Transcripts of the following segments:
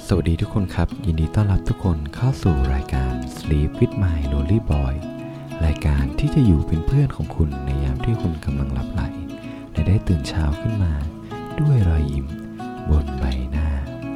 สวัสดีทุกคนครับยินดีต้อนรับทุกคนเข้าสู่รายการ Sleep with My Lonely Boy รายการที่จะอยู่เป็นเพื่อนของคุณในยามที่คุณกำลังหลับไหลและได้ตื่นเช้าขึ้นมาด้วยรอยยิ้มบนใบหน้า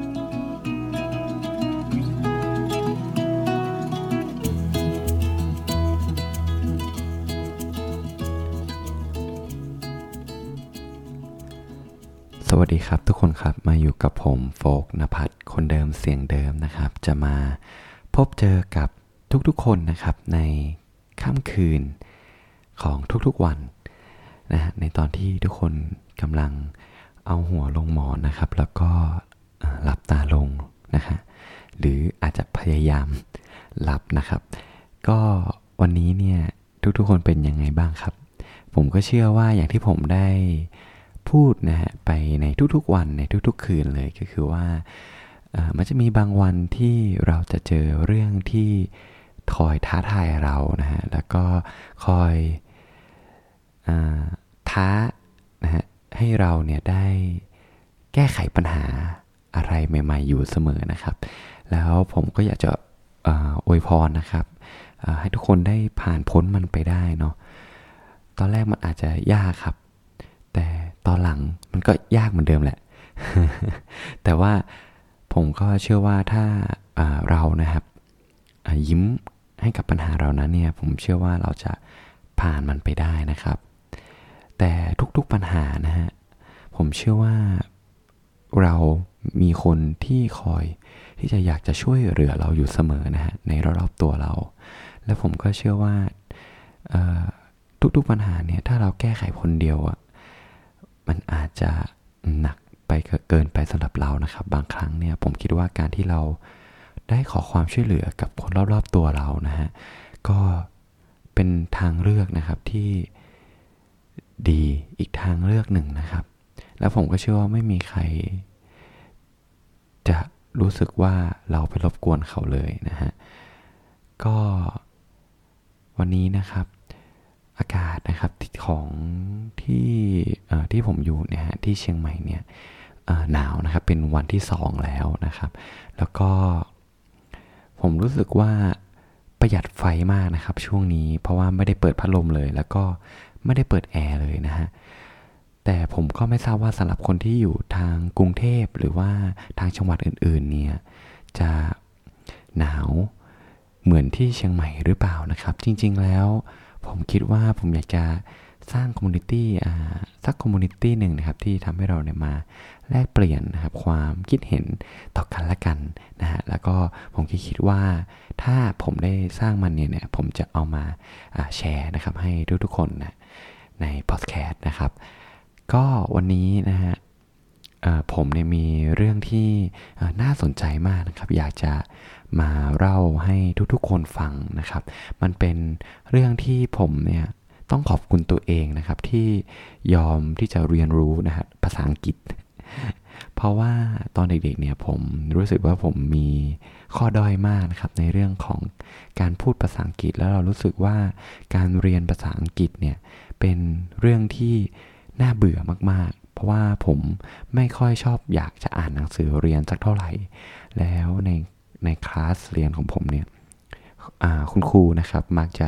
สวัสดีครับทุกคนครับมาอยู่กับผมโฟกณภัทรคนเดิมเสียงเดิมนะครับจะมาพบเจอกับทุกๆคนนะครับในค่ำคืนของทุกๆวันนะในตอนที่ทุกคนกำลังเอาหัวลงหมอนนะครับแล้วก็หลับตาลงนะฮะหรืออาจจะพยายามหลับนะครับก็วันนี้เนี่ยทุกๆคนเป็นยังไงบ้างครับผมก็เชื่อว่าอย่างที่ผมได้พูดนะฮะไปในทุกๆวันในทุกๆคืนเลยก็คือว่ามันจะมีบางวันที่เราจะเจอเรื่องที่คอยท้าทายเรานะฮะแล้วก็คอยท้านะฮะให้เราเนี่ยได้แก้ไขปัญหาอะไรใหม่ๆอยู่เสมอนะครับแล้วผมก็อยากจะอวยพรนะครับให้ทุกคนได้ผ่านพ้นมันไปได้เนาะตอนแรกมันอาจจะยากครับแต่ตอนหลังมันก็ยากเหมือนเดิมแหละ แต่ว่าผมก็เชื่อว่าถ้าเรานะครับยิ้มให้กับปัญหาเรานั้นเนี่ยผมเชื่อว่าเราจะผ่านมันไปได้นะครับแต่ทุกๆปัญหานะฮะผมเชื่อว่าเรามีคนที่คอยที่จะอยากจะช่วยเหลือเราอยู่เสมอนะฮะในรอบๆตัวเราและผมก็เชื่อว่าทุกๆปัญหาเนี่ยถ้าเราแก้ไขคนเดียวมันอาจจะหนักไปเกินไปสำหรับเรานะครับบางครั้งเนี่ยผมคิดว่าการที่เราได้ขอความช่วยเหลือกับคนรอบๆตัวเรานะฮะก็เป็นทางเลือกนะครับที่ดีอีกทางเลือกหนึ่งนะครับแล้วผมก็เชื่อว่าไม่มีใครจะรู้สึกว่าเราไปรบกวนเขาเลยนะฮะก็วันนี้นะครับอากาศนะครับของที่ผมอยู่เนี่ยที่เชียงใหม่เนี่ยหนาวนะครับเป็นวันที่2แล้วนะครับแล้วก็ผมรู้สึกว่าประหยัดไฟมากนะครับช่วงนี้เพราะว่าไม่ได้เปิดพัดลมเลยแล้วก็ไม่ได้เปิดแอร์เลยนะฮะแต่ผมก็ไม่ทราบว่าสำหรับคนที่อยู่ทางกรุงเทพหรือว่าทางจังหวัดอื่นๆเนี่ยจะหนาวเหมือนที่เชียงใหม่หรือเปล่านะครับจริงๆแล้วผมคิดว่าผมอยากจะสร้างคอมมูนิตี้สักคอมมูนิตี้หนึ่งนะครับที่ทำให้เราเนี่ยมาแลกเปลี่ยนนะครับความคิดเห็นต่อกันและกันนะฮะแล้วก็ผมคิดว่าถ้าผมได้สร้างมันเนี่ยผมจะเอามาแชร์นะครับให้ทุกๆคนนะในพอดแคสต์นะครับก็วันนี้นะฮะผมเนี่ยมีเรื่องที่น่าสนใจมากนะครับอยากจะมาเล่าให้ทุกๆคนฟังนะครับมันเป็นเรื่องที่ผมเนี่ยต้องขอบคุณตัวเองนะครับที่ยอมที่จะเรียนรู้นะครับภาษาอังกฤษเพราะว่าตอนเด็กๆเนี่ยผมรู้สึกว่าผมมีข้อด้อยมากนะครับในเรื่องของการพูดภาษาอังกฤษแล้วเรารู้สึกว่าการเรียนภาษาอังกฤษเนี่ยเป็นเรื่องที่น่าเบื่อมากๆเพราะว่าผมไม่ค่อยชอบอยากจะอ่านหนังสือเรียนสักเท่าไหร่แล้วในคลาสเรียนของผมเนี่ยคุณครูนะครับมักจะ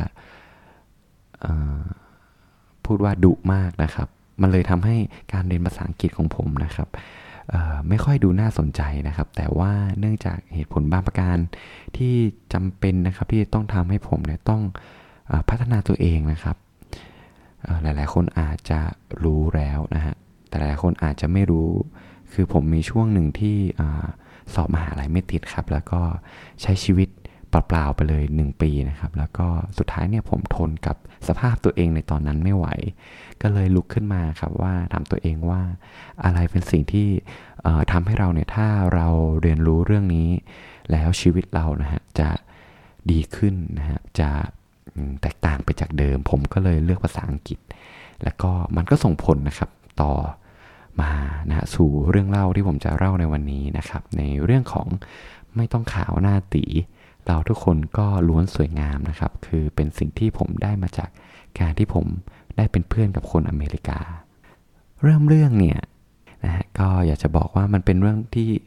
พูดว่าดุมากนะครับมันเลยทำให้การเรียนภาษาอังกฤษของผมนะครับไม่ค่อยดูน่าสนใจนะครับแต่ว่าเนื่องจากเหตุผลบางประการที่จำเป็นนะครับที่ต้องทำให้ผมเนี่ยต้องพัฒนาตัวเองนะครับหลายๆคนอาจจะรู้แล้วนะฮะแต่หลายคนอาจจะไม่รู้คือผมมีช่วงหนึ่งที่สอบมหาลัยไม่ติดครับแล้วก็ใช้ชีวิตเปล่าๆไปเลย1ปีนะครับแล้วก็สุดท้ายเนี่ยผมทนกับสภาพตัวเองในตอนนั้นไม่ไหวก็เลยลุกขึ้นมาครับว่าถามตัวเองว่าอะไรเป็นสิ่งที่ทำให้เราเนี่ยถ้าเราเรียนรู้เรื่องนี้แล้วชีวิตเรานะฮะจะดีขึ้นนะฮะจะแตกต่างไปจากเดิมผมก็เลยเลือกภาษาอังกฤษแล้วก็มันก็ส่งผลนะครับต่อมานะสู่เรื่องเล่าที่ผมจะเล่าในวันนี้นะครับในเรื่องของไม่ต้องขาวหน้าตีเราทุกคนก็ล้วนสวยงามนะครับคือเป็นสิ่งที่ผมได้มาจากการที่ผมได้เป็นเพื่อนกับคนอเมริกาเรื่องเนี่ยนะฮะก็อยากจะบอกว่ามันเป็นเรื่องที่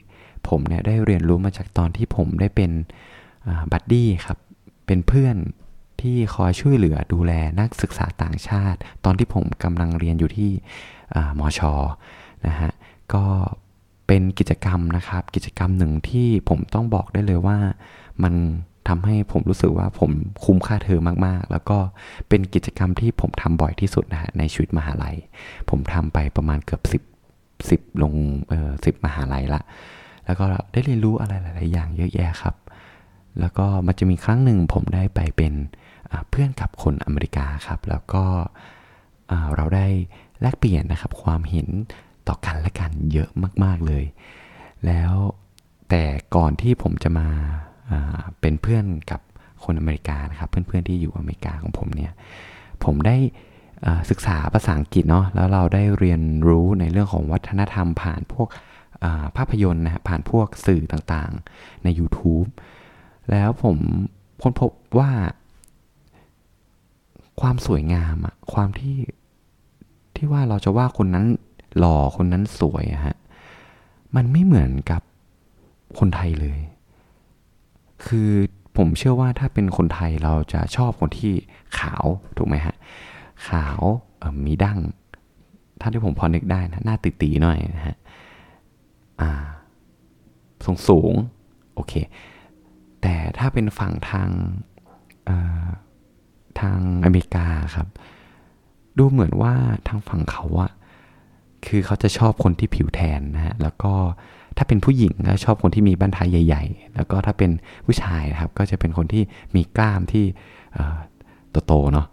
ผมเนี่ยได้เรียนรู้มาจากตอนที่ผมได้เป็นบัดดี้ครับเป็นเพื่อนที่คอยช่วยเหลือดูแลนักศึกษาต่างชาติตอนที่ผมกำลังเรียนอยู่ที่มช.นะฮะก็เป็นกิจกรรมนะครับกิจกรรมหนึ่งที่ผมต้องบอกได้เลยว่ามันทำให้ผมรู้สึกว่าผมคุ้มค่าเทอมมากๆแล้วก็เป็นกิจกรรมที่ผมทำบ่อยที่สุดนะฮะในชีวิตมหาลัยผมทำไปประมาณเกือบ10ลง10มหาลัยละแล้วก็ได้เรียนรู้อะไรหลายๆอย่างเยอะแยะครับแล้วก็มันจะมีครั้งหนึ่งผมได้ไปเป็นเพื่อนกับคนอเมริกาครับแล้วก็เราได้แลกเปลี่ยนนะครับความเห็นต่อกันและกันเยอะมากๆเลยแล้วแต่ก่อนที่ผมจะมาเป็นเพื่อนกับคนอเมริกานะครับเพื่อนๆที่อยู่อเมริกาของผมเนี่ยผมได้ศึกษาภาษาอังกฤษเนาะแล้วเราได้เรียนรู้ในเรื่องของวัฒนธรรมผ่านพวกภาพยนตร์นะฮะผ่านพวกสื่อต่างๆใน YouTube แล้วผมค้นพบว่าความสวยงามอะความที่ว่าเราจะว่าคนนั้นหล่อคนนั้นสวยอะฮะมันไม่เหมือนกับคนไทยเลยคือผมเชื่อว่าถ้าเป็นคนไทยเราจะชอบคนที่ขาวถูกไหมฮะขาวมีดั้งถ้าที่ผมพอนึกได้นะหน้าตีๆหน่อยนะฮะสูงโอเคแต่ถ้าเป็นฝั่งทางอเมริกาครับดูเหมือนว่าทางฝั่งเขาอะคือเขาจะชอบคนที่ผิวแทนนะฮะแล้วก็ถ้าเป็นผู้หญิงก็ชอบคนที่มีบั้นท้ายใหญ่ๆแล้วก็ถ้าเป็นผู้ชายครับก็จะเป็นคนที่มีกล้ามที่โตๆเนาะ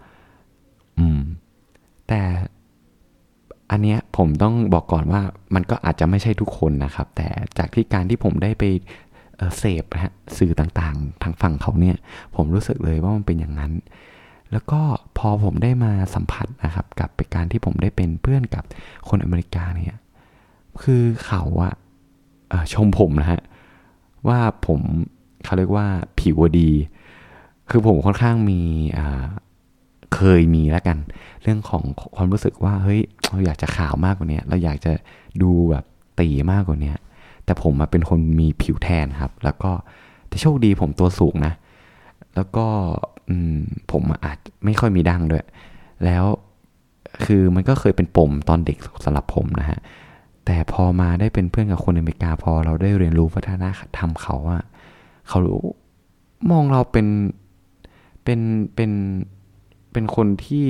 แต่อันเนี้ยผมต้องบอกก่อนว่ามันก็อาจจะไม่ใช่ทุกคนนะครับแต่จากที่การที่ผมได้ไปเสพนะฮะสื่อต่างๆทางฝั่งเขาเนี่ยผมรู้สึกเลยว่ามันเป็นอย่างนั้นแล้วก็พอผมได้มาสัมผัสนะครับกับการที่ผมได้เป็นเพื่อนกับคนอเมริกาเนี่ยคือเขาอะชมผมนะฮะว่าผมเขาเรียกว่าผิวดีคือผมค่อนข้างมีเคยมีแล้วกันเรื่องของความรู้สึกว่าเฮ้ยเราอยากจะขาวมากกว่านี้เราอยากจะดูแบบตีมากกว่านี้แต่ผมเป็นคนมีผิวแทนครับแล้วก็แต่โชคดีผมตัวสูงนะแล้วก็ผมอาจไม่ค่อยมีดั้งด้วยแล้วคือมันก็เคยเป็นปมตอนเด็กสำหรับผมนะฮะแต่พอมาได้เป็นเพื่อนกับคนอเมริกาพอเราได้เรียนรู้วัฒนธรรมเขาอะเขามองเราเป็นคนที่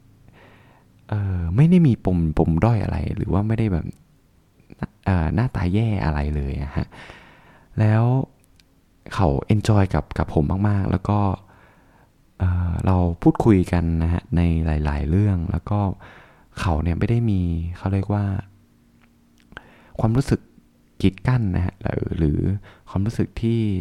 ไม่ได้มีปมด้อยอะไรหรือว่าไม่ได้แบบหน้าตาแย่อะไรเลยฮะแล้วเขาเอนจอยกับผมมากๆแล้วก็เราพูดคุยกันนะฮะในหลายๆเรื่องแล้วก็เขาเนี่ยไม่ได้มีเขาเรียกว่าความรู้สึกกีดกั้นนะฮะหรือความรู้สึก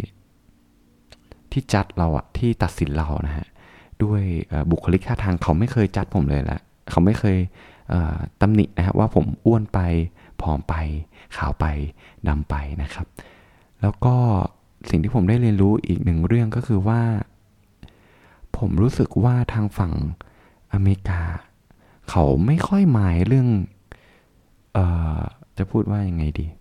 ที่จัดเราอะที่ตัดสินเรานะฮะด้วยบุคลิกท่าทางเขาไม่เคยจัดผมเลยละเขาไม่เคยตำหนินะฮะว่าผมอ้วนไปผอมไปขาวไปดำไปนะครับแล้วก็สิ่งที่ผมได้เรียนรู้อีกหนึ่งเรื่องก็คือว่าผมรู้สึกว่าทางฝั่งอเมริกาเขาไม่ค่อยหมายเรื่องจะพูดว่ายังไงดี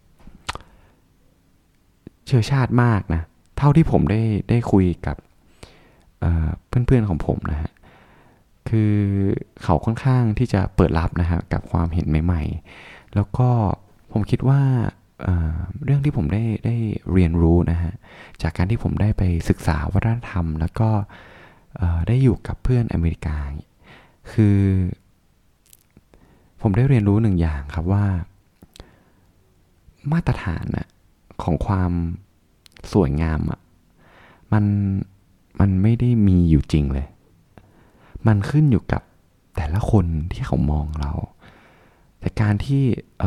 เชื้อชาติมากนะเท่าที่ผมได้คุยกับเพื่อนๆของผมนะฮะคือเขาค่อนข้างที่จะเปิดรับนะฮะกับความเห็นใหม่ๆแล้วก็ผมคิดว่าเรื่องที่ผมได้เรียนรู้นะฮะจากการที่ผมได้ไปศึกษาวัฒนธรรมแล้วก็ได้อยู่กับเพื่อนอเมริกาคือผมได้เรียนรู้หนึ่งอย่างครับว่ามาตรฐานของความสวยงามมันไม่ได้มีอยู่จริงเลยมันขึ้นอยู่กับแต่ละคนที่เขามองเราแต่การที่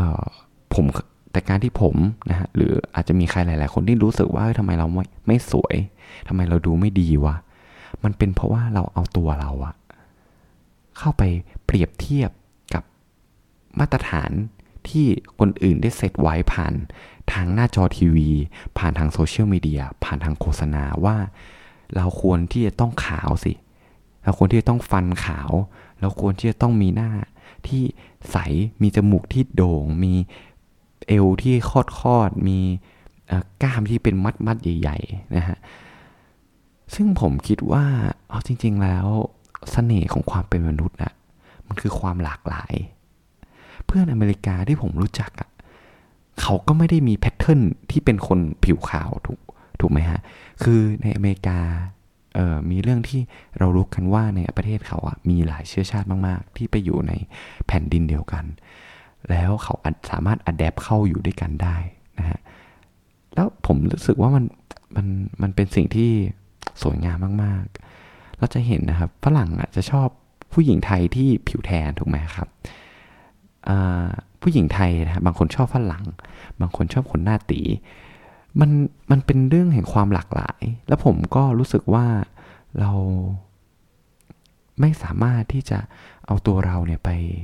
ผมนะฮะหรืออาจจะมีใครหลายๆคนที่รู้สึกว่าทำไมเราไม่สวยทำไมเราดูไม่ดีวะมันเป็นเพราะว่าเราเอาตัวเราอะเข้าไปเปรียบเทียบกับมาตรฐานที่คนอื่นได้เซตไว้ผ่านทางหน้าจอทีวีผ่านทางโซเชียลมีเดียผ่านทางโฆษณาว่าเราควรที่จะต้องขาวสิเราควรที่จะต้องฟันขาวเราควรที่จะต้องมีหน้าที่ใสมีจมูกที่โด่งมีเอวที่คอดมีกล้ามที่เป็นมัดใหญ่ๆนะฮะซึ่งผมคิดว่าเอาจริงๆแล้วเสน่ห์ของความเป็นมนุษย์น่ะมันคือความหลากหลายเพื่อนอเมริกาที่ผมรู้จักอ่ะเขาก็ไม่ได้มีแพทเทิร์นที่เป็นคนผิวขาวถูกไหมฮะคือในอเมริกามีเรื่องที่เรารู้กันว่าในประเทศเขาอ่ะมีหลายเชื้อชาติมากๆที่ไปอยู่ในแผ่นดินเดียวกันแล้วเขาสามารถอัดแอปเข้าอยู่ด้วยกันได้นะฮะแล้วผมรู้สึกว่ามันเป็นสิ่งที่สวยงามมากๆเราจะเห็นนะครับฝรั่งอ่ะจะชอบผู้หญิงไทยที่ผิวแทนถูกไหมครับผู้หญิงไทยนะบางคนชอบฝรั่งบางคนชอบคนหน้าตีมันเป็นเรื่องแห่งความหลากหลายแล้วผมก็รู้สึกว่าเราไม่สามารถที่จะเอาตัวเราเนี่ย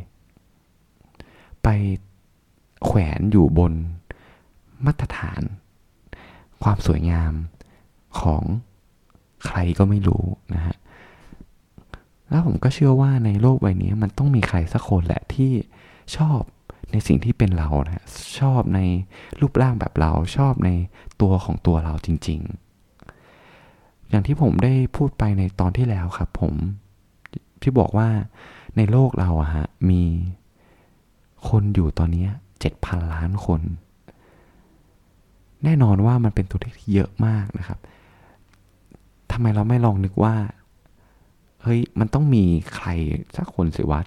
ไปแขวนอยู่บนมาตรฐานความสวยงามของใครก็ไม่รู้นะฮะแล้วผมก็เชื่อว่าในโลกใบนี้มันต้องมีใครสักคนแหละที่ชอบในสิ่งที่เป็นเรานะชอบในรูปร่างแบบเราชอบในตัวของตัวเราจริงๆอย่างที่ผมได้พูดไปในตอนที่แล้วครับผมที่บอกว่าในโลกเราอะฮะมีคนอยู่ตอนนี้ 7,000 ล้านคนแน่นอนว่ามันเป็นตัวเลขที่เยอะมากนะครับทำไมเราไม่ลองนึกว่าเฮ้ยมันต้องมีใครสักคนสิวะ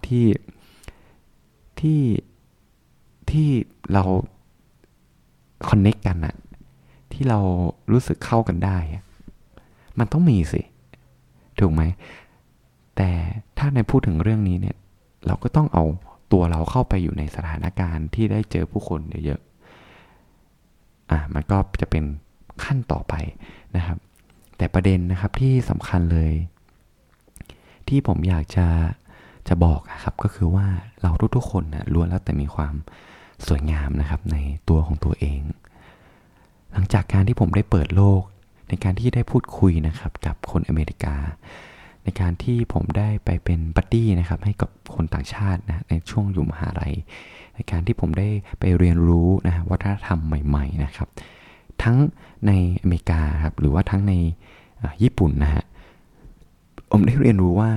ที่เราคอนเนคกันอะที่เรารู้สึกเข้ากันได้มันต้องมีสิถูกไหมแต่ถ้าในพูดถึงเรื่องนี้เนี่ยเราก็ต้องเอาตัวเราเข้าไปอยู่ในสถานการณ์ที่ได้เจอผู้คนเยอะๆมันก็จะเป็นขั้นต่อไปนะครับแต่ประเด็นนะครับที่สำคัญเลยที่ผมอยากจะบอกนะครับก็คือว่าเราทุกๆคนนะล้วนแล้วแต่มีความสวยงามนะครับในตัวของตัวเองหลังจากการที่ผมได้เปิดโลกในการที่ได้พูดคุยนะครับกับคนอเมริกาในการที่ผมได้ไปเป็นบัดดี้นะครับให้กับคนต่างชาตินะในช่วงอยู่มหาลัยในการที่ผมได้ไปเรียนรู้นะวัฒนธรรมใหม่ๆนะครับทั้งในอเมริกาครับหรือว่าทั้งในญี่ปุ่นนะฮะผมได้เรียนรู้ว่า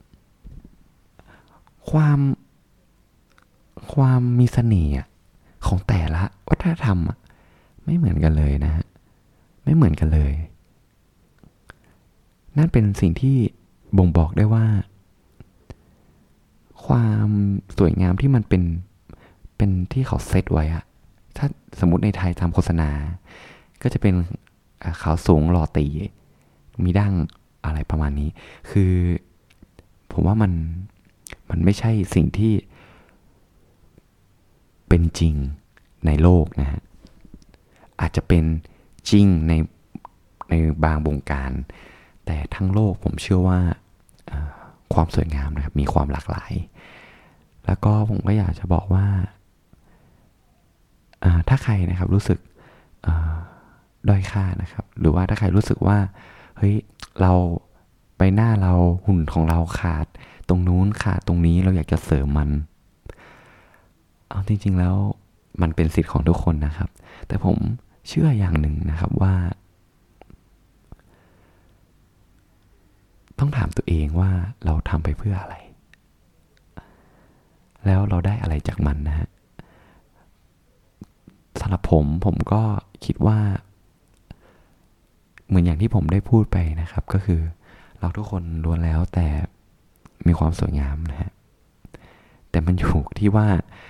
ความมีเสน่ห์ของแต่ละวัฒนธรรมไม่เหมือนกันเลยนะฮะไม่เหมือนกันเลยนั่นเป็นสิ่งที่บ่งบอกได้ว่าความสวยงามที่มันเป็นที่เขาเซตไว้ถ้าสมมุติในไทยทำโฆษณาก็จะเป็นขาวสูงหล่อตีมีดั้งอะไรประมาณนี้คือผมว่ามันไม่ใช่สิ่งที่เป็นจริงในโลกนะฮะอาจจะเป็นจริงในบางวงการแต่ทั้งโลกผมเชื่อว่าความสวยงามนะครับมีความหลากหลายแล้วก็ผมก็อยากจะบอกว่าถ้าใครนะครับรู้สึกด้อยค่านะครับหรือว่าถ้าใครรู้สึกว่าเฮ้ยเราใบหน้าเราหุ่นของเราขาดตรงนู้นขาดตรงนี้เราอยากจะเสริมมันเอาจริงๆแล้วมันเป็นสิทธิ์ของทุกคนนะครับแต่ผมเชื่ออย่างหนึ่งนะครับว่าต้องถามตัวเองว่าเราทำไปเพื่ออะไรแล้วเราได้อะไรจากมันนะฮะสำหรับผมก็คิดว่าเหมือนอย่างที่ผมได้พูดไปนะครับก็คือเราทุกคนล้วนแล้วแต่มีความสวยงามนะฮะแต่มันอยู่ที่ว่า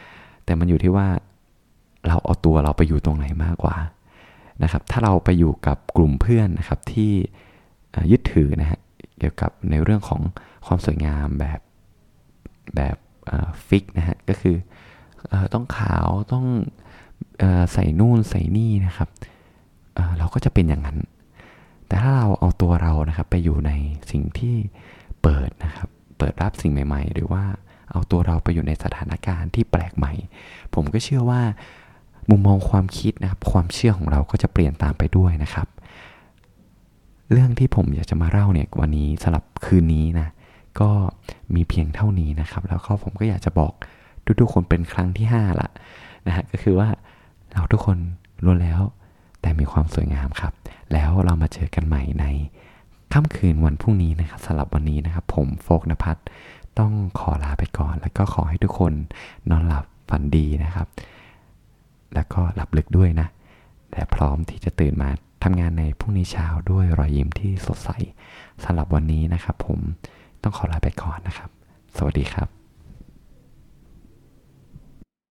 เราเอาตัวเราไปอยู่ตรงไหนมากกว่านะครับถ้าเราไปอยู่กับกลุ่มเพื่อนนะครับที่ยึดถือนะฮะเกี่ยวกับในเรื่องของความสวยงามแบบฟิกนะฮะก็คือต้องขาวต้องใส่นู่นใส่นี่นะครับเราก็จะเป็นอย่างนั้นแต่ถ้าเราเอาตัวเรานะครับไปอยู่ในสิ่งที่เปิดนะครับเปิดรับสิ่งใหม่ๆหรือว่าเอาตัวเราไปอยู่ในสถานการณ์ที่แปลกใหม่ผมก็เชื่อว่ามุมมองความคิดนะครับความเชื่อของเราก็จะเปลี่ยนตามไปด้วยนะครับเรื่องที่ผมอยากจะมาเล่าเนี่ยวันนี้สำหรับคืนนี้นะก็มีเพียงเท่านี้นะครับแล้วก็ผมก็อยากจะบอกทุกๆคนเป็นครั้งที่5ละนะฮะก็คือว่าเราทุกคนล้วนแล้วแต่มีมีความสวยงามครับแล้วเรามาเจอกันใหม่ในค่ำคืนวันพรุ่งนี้นะครับสำหรับวันนี้นะครับผมโฟกนภัทรต้องขอลาไปก่อนแล้วก็ขอให้ทุกคนนอนหลับฝันดีนะครับแล้วก็หลับลึกด้วยนะและพร้อมที่จะตื่นมาทำงานในพรุ่งนี้เช้าด้วยรอยยิ้มที่สดใสสำหรับวันนี้นะครับผมต้องขอลาไปก่อนนะครับสวัสดีครับ